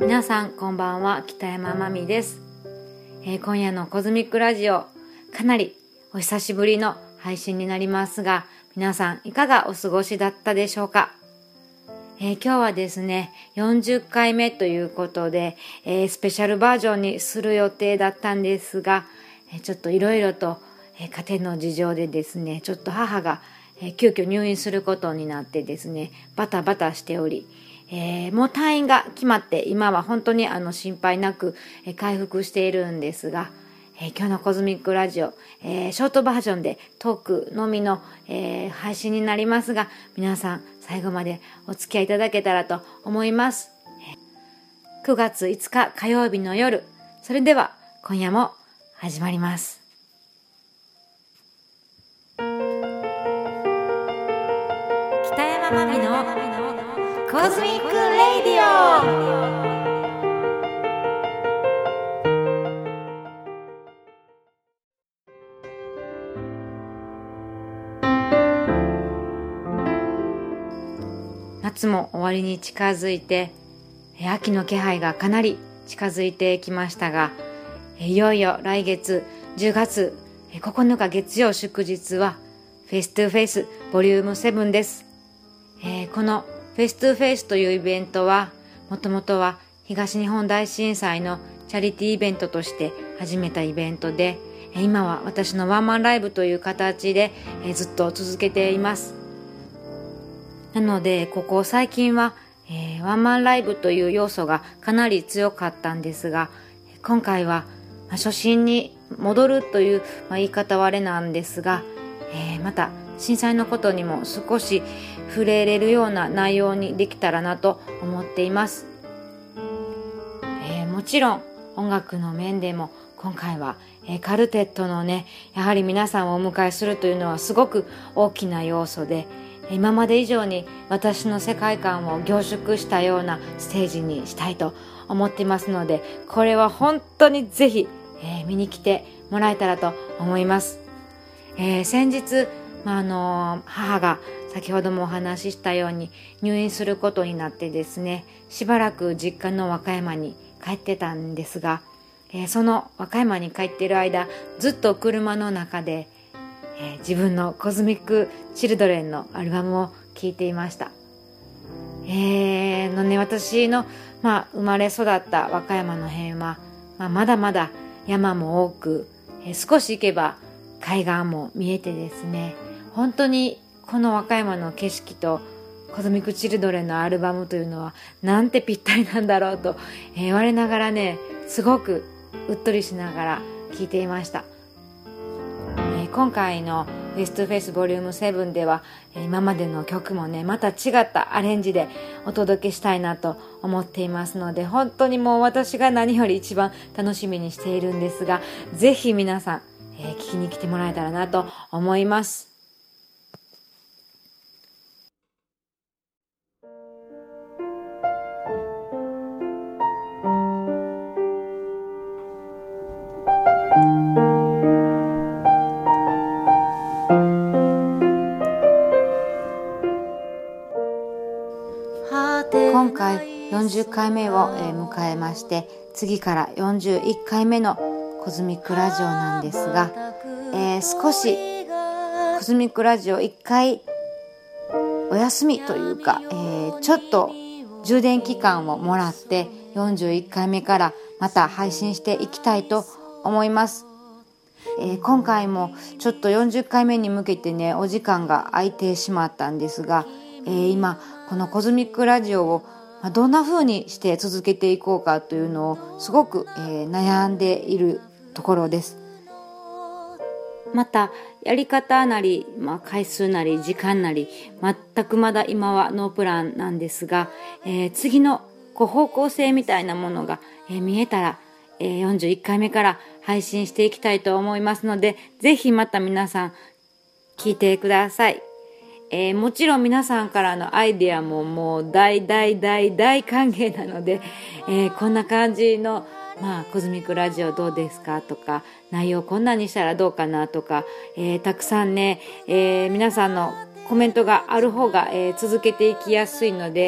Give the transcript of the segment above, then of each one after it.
皆さんこんばんは、北山まみです。今夜のコズミックラジオ、かなりお久しぶりの配信になりますが、皆さんいかがお過ごしだったでしょうか。今日はですね、40回目ということで、スペシャルバージョンにする予定だったんですが、ちょっといろいろと家庭の事情でですね、ちょっと母が急遽入院することになってですね、バタバタしており、もう退院が決まって今は本当に心配なく回復しているんですが、今日のコズミックラジオ、ショートバージョンでトークのみの、配信になりますが、皆さん最後までお付き合いいただけたらと思います。9月5日火曜日の夜、それでは今夜も始まります。北山まみのコズミックレイディオ。夏も終わりに近づいて、秋の気配がかなり近づいてきましたが、いよいよ来月10月9日月曜祝日はフェイストゥフェイスボリューム7です。このフェイストゥフェイスというイベントは、もともとは東日本大震災のチャリティーイベントとして始めたイベントで、今は私のワンマンライブという形でずっと続けています。なのでここ最近は、ワンマンライブという要素がかなり強かったんですが、今回は、初心に戻るという、言い方はあれなんですが、また震災のことにも少し触れれるような内容にできたらなと思っています。もちろん音楽の面でも今回は、カルテットのね、やはり皆さんをお迎えするというのはすごく大きな要素で、今まで以上に私の世界観を凝縮したようなステージにしたいと思っていますので、これは本当にぜひ、見に来てもらえたらと思います。先日、母が先ほどもお話ししたように入院することになってですね、しばらく実家の和歌山に帰ってたんですが、その和歌山に帰っている間、ずっと車の中で自分のコズミックチルドレンのアルバムを聴いていました。私の、生まれ育った和歌山の辺は、まだまだ山も多く、少し行けば海岸も見えてですね、本当にこの和歌山の景色とコズミックチルドレンのアルバムというのはなんてぴったりなんだろうと、我ながらね、すごくうっとりしながら聴いていました。今回のフェイストゥフェイスボリューム7では、今までの曲もね、また違ったアレンジでお届けしたいなと思っていますので、本当にもう私が何より一番楽しみにしているんですが、ぜひ皆さん、聞きに来てもらえたらなと思います。今回40回目を迎えまして、次から41回目のコズミックラジオなんですが、少しコズミックラジオ1回お休みというか、ちょっと充電期間をもらって41回目からまた配信していきたいと思います。今回もちょっと40回目に向けてね、お時間が空いてしまったんですが、今このコズミックラジオをどんな風にして続けていこうかというのをすごく、悩んでいるところです。またやり方なり、回数なり時間なり全くまだ今はノープランなんですが、次の方向性みたいなものが、見えたら、41回目から配信していきたいと思いますので、ぜひまた皆さん聞いてください。もちろん皆さんからのアイデアももう大歓迎なので、こんな感じのコズミックラジオどうですかとか、内容こんなにしたらどうかなとか、たくさんね、皆さんのコメントがある方が、続けていきやすいので、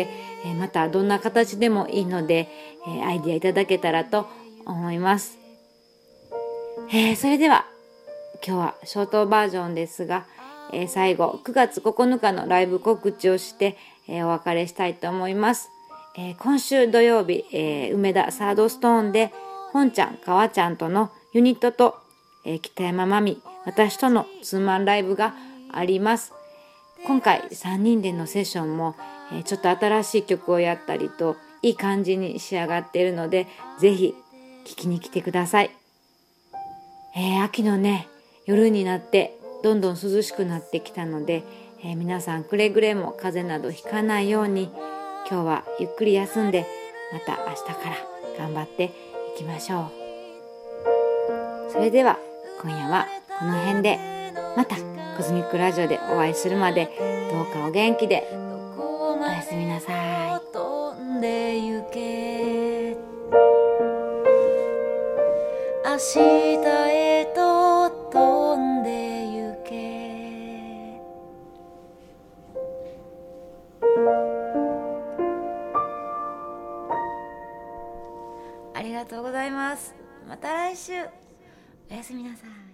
またどんな形でもいいので、アイディアいただけたらと思います。それでは今日はショートバージョンですが、最後9月9日のライブ告知をして、お別れしたいと思います。今週土曜日、梅田サードストーンで本ちゃん、かわちゃんとのユニットと、北山まみ、私とのツーマンライブがあります。今回3人でのセッションも、ちょっと新しい曲をやったりといい感じに仕上がっているので、ぜひ聴きに来てください。秋のね夜になってどんどん涼しくなってきたので、皆さんくれぐれも風邪などひかないように今日はゆっくり休んで、また明日から頑張っていきましょう。それでは今夜はこの辺で、またコズミックラジオでお会いするまでどうかお元気でおやすみなさい。 飛んでゆけ、明日へと飛んでゆけ。ありがとうございます。また来週。おやすみなさい。